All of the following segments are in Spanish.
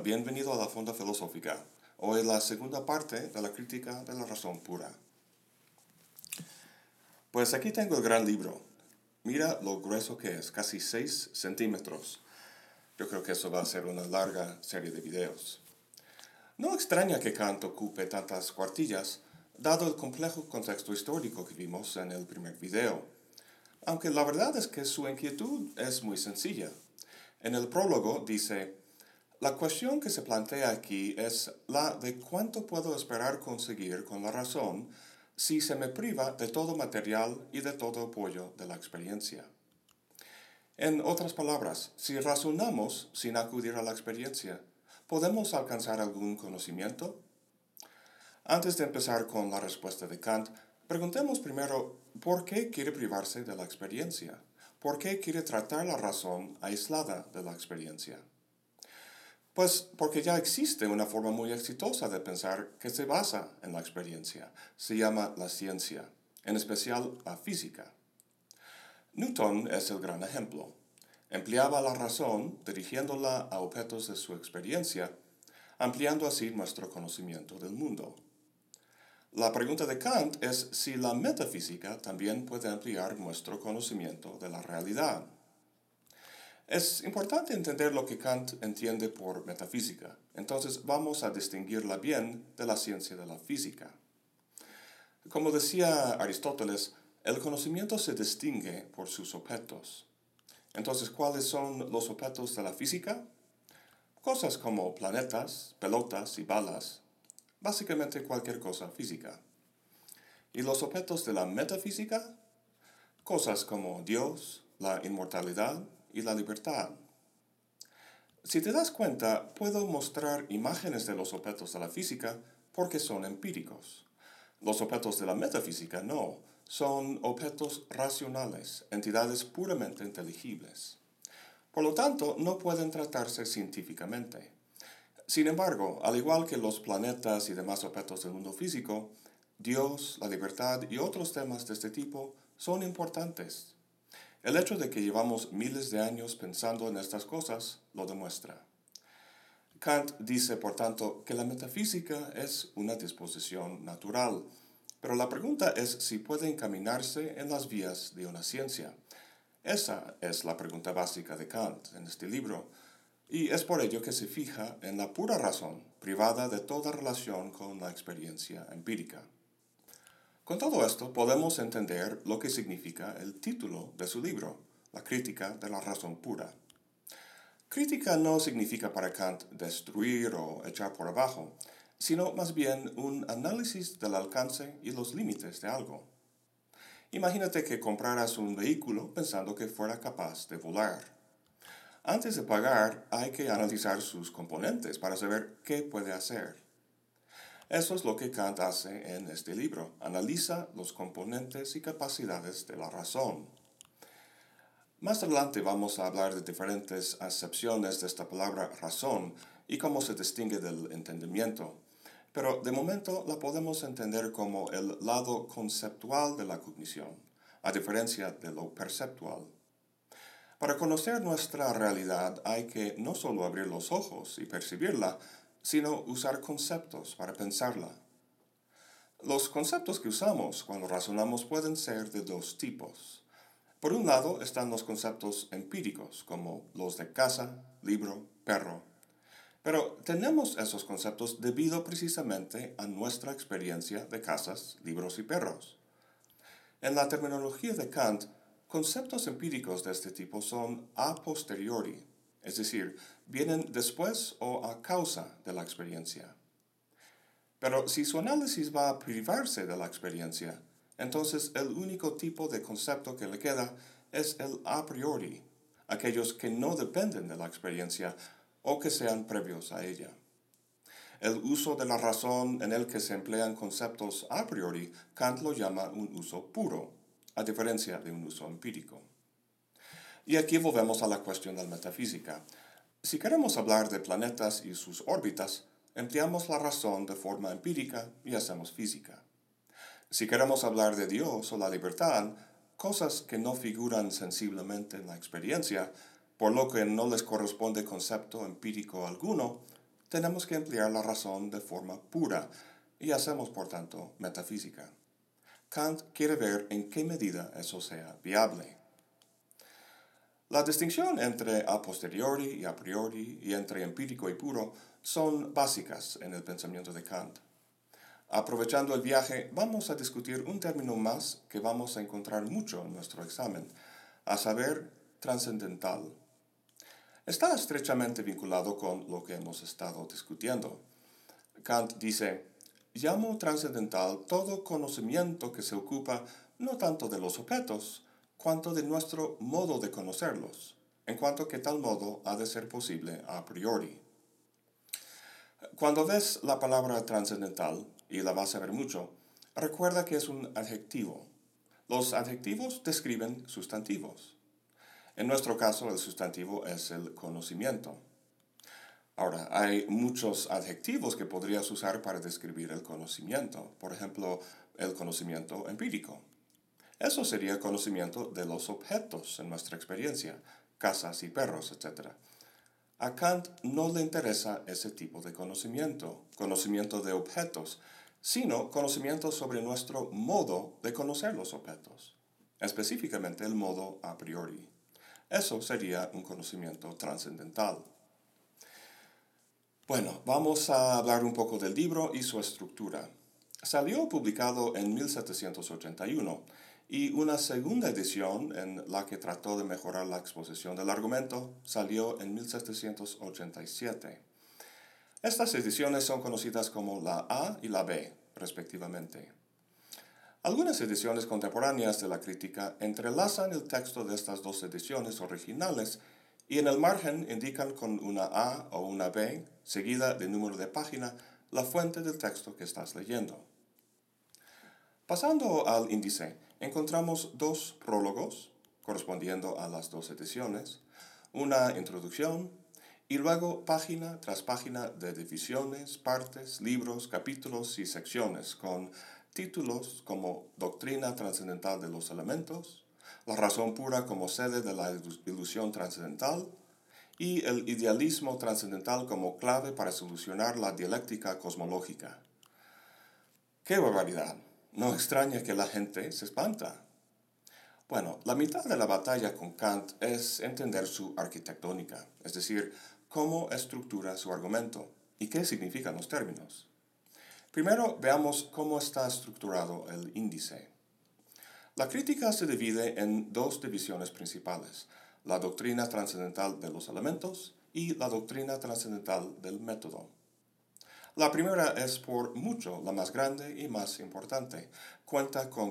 bienvenido a la Fonda Filosófica. Hoy la segunda parte de la crítica de la razón pura. Pues aquí tengo el gran libro. Mira lo grueso que es, casi 6 centímetros. Yo creo que eso va a ser una larga serie de videos. No extraña que Kant ocupe tantas cuartillas, dado el complejo contexto histórico que vimos en el primer video. Aunque la verdad es que su inquietud es muy sencilla. En el prólogo dice: la cuestión que se plantea aquí es la de cuánto puedo esperar conseguir con la razón si se me priva de todo material y de todo apoyo de la experiencia. En otras palabras, si razonamos sin acudir a la experiencia, ¿podemos alcanzar algún conocimiento? Antes de empezar con la respuesta de Kant, preguntemos primero ¿por qué quiere privarse de la experiencia? ¿Por qué quiere tratar la razón aislada de la experiencia? Pues porque ya existe una forma muy exitosa de pensar que se basa en la experiencia. Se llama la ciencia, en especial la física. Newton es el gran ejemplo. Empleaba la razón dirigiéndola a objetos de su experiencia, ampliando así nuestro conocimiento del mundo. La pregunta de Kant es si la metafísica también puede ampliar nuestro conocimiento de la realidad. Es importante entender lo que Kant entiende por metafísica, entonces vamos a distinguirla bien de la ciencia de la física. Como decía Aristóteles, el conocimiento se distingue por sus objetos. Entonces, ¿cuáles son los objetos de la física? Cosas como planetas, pelotas y balas, básicamente cualquier cosa física. ¿Y los objetos de la metafísica? Cosas como Dios, la inmortalidad y la libertad. Si te das cuenta, puedo mostrar imágenes de los objetos de la física porque son empíricos. Los objetos de la metafísica no, son objetos racionales, entidades puramente inteligibles. Por lo tanto, no pueden tratarse científicamente. Sin embargo, al igual que los planetas y demás objetos del mundo físico, Dios, la libertad y otros temas de este tipo son importantes. El hecho de que llevamos miles de años pensando en estas cosas lo demuestra. Kant dice, por tanto, que la metafísica es una disposición natural, pero la pregunta es si puede encaminarse en las vías de una ciencia. Esa es la pregunta básica de Kant en este libro, y es por ello que se fija en la pura razón, privada de toda relación con la experiencia empírica. Con todo esto podemos entender lo que significa el título de su libro, La crítica de la razón pura. Crítica no significa para Kant destruir o echar por abajo, sino más bien un análisis del alcance y los límites de algo. Imagínate que compraras un vehículo pensando que fuera capaz de volar. Antes de pagar hay que analizar sus componentes para saber qué puede hacer. Eso es lo que Kant hace en este libro. Analiza los componentes y capacidades de la razón. Más adelante vamos a hablar de diferentes acepciones de esta palabra razón y cómo se distingue del entendimiento. Pero de momento la podemos entender como el lado conceptual de la cognición, a diferencia de lo perceptual. Para conocer nuestra realidad hay que no solo abrir los ojos y percibirla, sino usar conceptos para pensarla. Los conceptos que usamos cuando razonamos pueden ser de dos tipos. Por un lado están los conceptos empíricos, como los de casa, libro, perro. Pero tenemos esos conceptos debido precisamente a nuestra experiencia de casas, libros y perros. En la terminología de Kant, conceptos empíricos de este tipo son a posteriori, es decir, vienen después o a causa de la experiencia. Pero si su análisis va a privarse de la experiencia, entonces el único tipo de concepto que le queda es el a priori, aquellos que no dependen de la experiencia o que sean previos a ella. El uso de la razón en el que se emplean conceptos a priori, Kant lo llama un uso puro, a diferencia de un uso empírico. Y aquí volvemos a la cuestión de la metafísica. Si queremos hablar de planetas y sus órbitas, empleamos la razón de forma empírica y hacemos física. Si queremos hablar de Dios o la libertad, cosas que no figuran sensiblemente en la experiencia, por lo que no les corresponde concepto empírico alguno, tenemos que emplear la razón de forma pura y hacemos, por tanto, metafísica. Kant quiere ver en qué medida eso sea viable. La distinción entre a posteriori y a priori y entre empírico y puro son básicas en el pensamiento de Kant. Aprovechando el viaje, vamos a discutir un término más que vamos a encontrar mucho en nuestro examen, a saber, trascendental. Está estrechamente vinculado con lo que hemos estado discutiendo. Kant dice, llamo trascendental todo conocimiento que se ocupa no tanto de los objetos, cuanto de nuestro modo de conocerlos, en cuanto que tal modo ha de ser posible a priori. Cuando ves la palabra trascendental, y la vas a ver mucho, recuerda que es un adjetivo. Los adjetivos describen sustantivos. En nuestro caso, el sustantivo es el conocimiento. Ahora, hay muchos adjetivos que podrías usar para describir el conocimiento. Por ejemplo, el conocimiento empírico. Eso sería conocimiento de los objetos en nuestra experiencia, casas y perros, etc. A Kant no le interesa ese tipo de conocimiento de objetos, sino conocimiento sobre nuestro modo de conocer los objetos, específicamente el modo a priori. Eso sería un conocimiento trascendental. Bueno, vamos a hablar un poco del libro y su estructura. Salió publicado en 1781 y una segunda edición en la que trató de mejorar la exposición del argumento salió en 1787. Estas ediciones son conocidas como la A y la B, respectivamente. Algunas ediciones contemporáneas de la crítica entrelazan el texto de estas dos ediciones originales y en el margen indican con una A o una B, seguida de número de página, la fuente del texto que estás leyendo. Pasando al índice, encontramos dos prólogos, correspondiendo a las dos ediciones, una introducción, y luego página tras página de divisiones, partes, libros, capítulos y secciones, con títulos como Doctrina trascendental de los elementos, La razón pura como sede de la ilusión trascendental, y el idealismo trascendental como clave para solucionar la dialéctica cosmológica. ¡Qué barbaridad! No extraña que la gente se espanta. Bueno, la mitad de la batalla con Kant es entender su arquitectónica, es decir, cómo estructura su argumento y qué significan los términos. Primero veamos cómo está estructurado el índice. La crítica se divide en dos divisiones principales, la doctrina trascendental de los elementos y la doctrina trascendental del método. La primera es por mucho la más grande y más importante. Cuenta con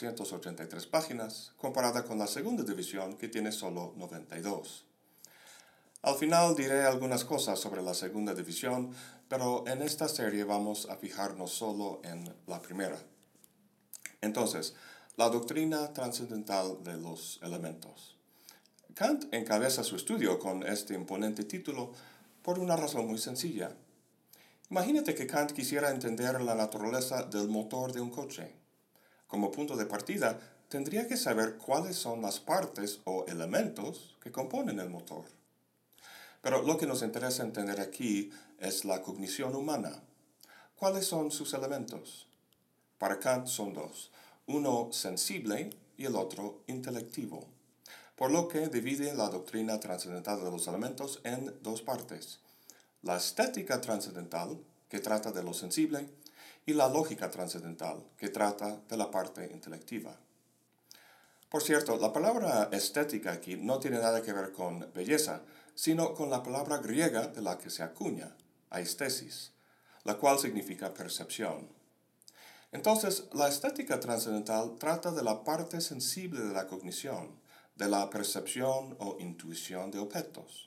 483 páginas, comparada con la segunda división que tiene solo 92. Al final diré algunas cosas sobre la segunda división, pero en esta serie vamos a fijarnos solo en la primera. Entonces, la doctrina trascendental de los elementos. Kant encabeza su estudio con este imponente título por una razón muy sencilla. Imagínate que Kant quisiera entender la naturaleza del motor de un coche. Como punto de partida, tendría que saber cuáles son las partes o elementos que componen el motor. Pero lo que nos interesa entender aquí es la cognición humana. ¿Cuáles son sus elementos? Para Kant son dos, uno sensible y el otro intelectivo, por lo que divide la doctrina trascendental de los elementos en dos partes. La estética trascendental, que trata de lo sensible, y la lógica trascendental, que trata de la parte intelectiva. Por cierto, la palabra estética aquí no tiene nada que ver con belleza, sino con la palabra griega de la que se acuña, aistesis, la cual significa percepción. Entonces, la estética trascendental trata de la parte sensible de la cognición, de la percepción o intuición de objetos.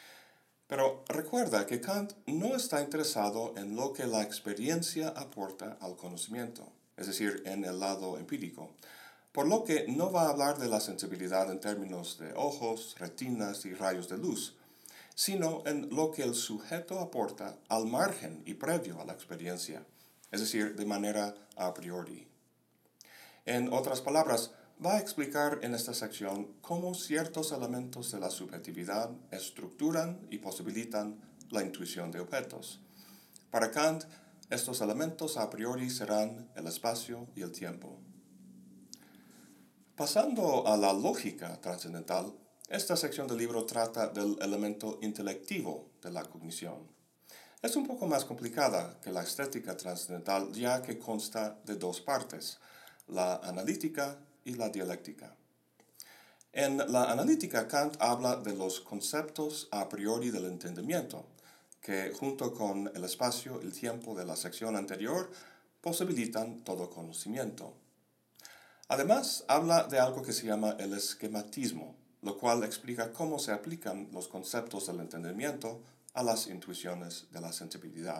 Pero recuerda que Kant no está interesado en lo que la experiencia aporta al conocimiento, es decir, en el lado empírico, por lo que no va a hablar de la sensibilidad en términos de ojos, retinas y rayos de luz, sino en lo que el sujeto aporta al margen y previo a la experiencia, es decir, de manera a priori. En otras palabras, va a explicar en esta sección cómo ciertos elementos de la subjetividad estructuran y posibilitan la intuición de objetos, Para Kant, estos elementos a priori serán el espacio y el tiempo. Pasando a la lógica trascendental, esta sección del libro trata del elemento intelectivo de la cognición. Es un poco más complicada que la estética trascendental ya que consta de dos partes, la analítica y la dialéctica. En la analítica, Kant habla de los conceptos a priori del entendimiento, que junto con el espacio y el tiempo de la sección anterior posibilitan todo conocimiento. Además, habla de algo que se llama el esquematismo, lo cual explica cómo se aplican los conceptos del entendimiento a las intuiciones de la sensibilidad.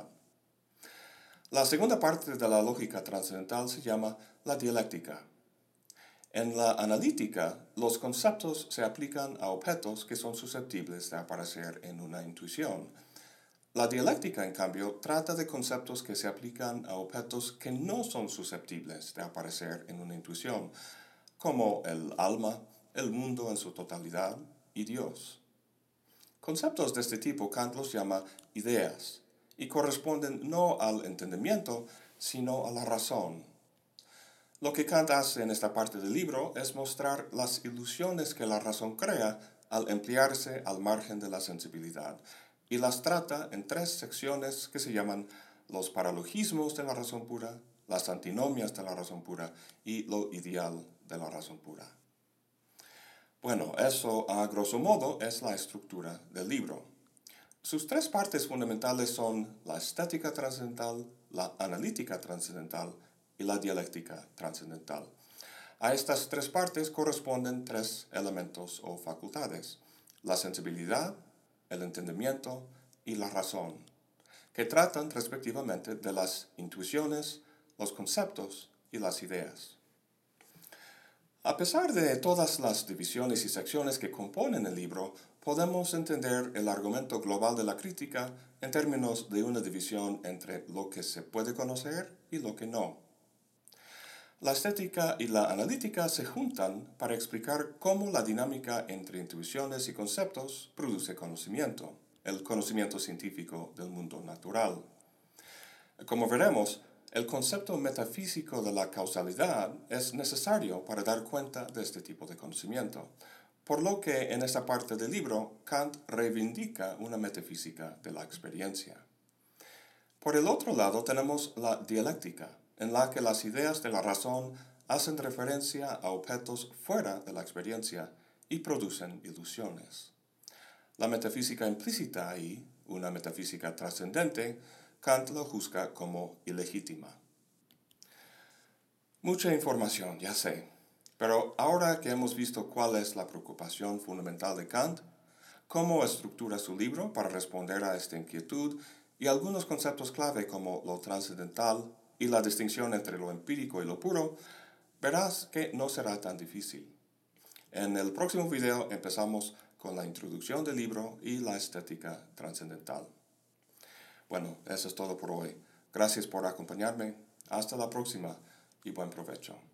La segunda parte de la lógica trascendental se llama la dialéctica. En la analítica, los conceptos se aplican a objetos que son susceptibles de aparecer en una intuición. La dialéctica, en cambio, trata de conceptos que se aplican a objetos que no son susceptibles de aparecer en una intuición, como el alma, el mundo en su totalidad y Dios. Conceptos de este tipo Kant los llama ideas y corresponden no al entendimiento, sino a la razón. Lo que Kant hace en esta parte del libro es mostrar las ilusiones que la razón crea al emplearse al margen de la sensibilidad, y las trata en tres secciones que se llaman los paralogismos de la razón pura, las antinomias de la razón pura y lo ideal de la razón pura. Bueno, eso a grosso modo es la estructura del libro. Sus tres partes fundamentales son la estética trascendental, la analítica trascendental y la dialéctica trascendental. A estas tres partes corresponden tres elementos o facultades: la sensibilidad, el entendimiento y la razón, que tratan respectivamente de las intuiciones, los conceptos y las ideas. A pesar de todas las divisiones y secciones que componen el libro, podemos entender el argumento global de la crítica en términos de una división entre lo que se puede conocer y lo que no. La estética y la analítica se juntan para explicar cómo la dinámica entre intuiciones y conceptos produce conocimiento, el conocimiento científico del mundo natural. Como veremos, el concepto metafísico de la causalidad es necesario para dar cuenta de este tipo de conocimiento, por lo que en esta parte del libro Kant reivindica una metafísica de la experiencia. Por el otro lado tenemos la dialéctica, en la que las ideas de la razón hacen referencia a objetos fuera de la experiencia y producen ilusiones. La metafísica implícita ahí, una metafísica trascendente, Kant lo juzga como ilegítima. Mucha información, ya sé, pero ahora que hemos visto cuál es la preocupación fundamental de Kant, cómo estructura su libro para responder a esta inquietud y algunos conceptos clave como lo trascendental y la distinción entre lo empírico y lo puro, verás que no será tan difícil. En el próximo video empezamos con la introducción del libro y la estética trascendental. Bueno, eso es todo por hoy. Gracias por acompañarme. Hasta la próxima y buen provecho.